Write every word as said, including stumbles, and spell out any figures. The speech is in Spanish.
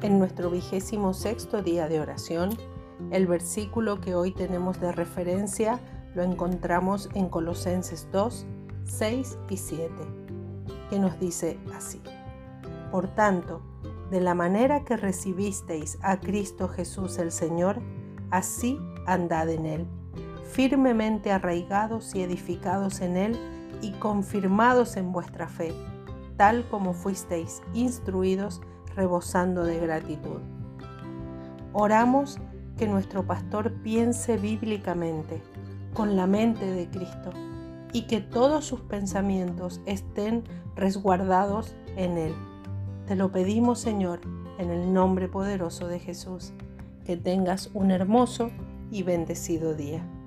En nuestro vigésimo sexto día de oración, el versículo que hoy tenemos de referencia lo encontramos en Colosenses dos, seis y siete, que nos dice así: Por tanto, de la manera que recibisteis a Cristo Jesús el Señor, así andad en Él, firmemente arraigados y edificados en Él y confirmados en vuestra fe, tal como fuisteis instruidos, rebosando de gratitud. Oramos que nuestro pastor piense bíblicamente, con la mente de Cristo, y que todos sus pensamientos estén resguardados en Él. Te lo pedimos, Señor, en el nombre poderoso de Jesús. Que tengas un hermoso y bendecido día.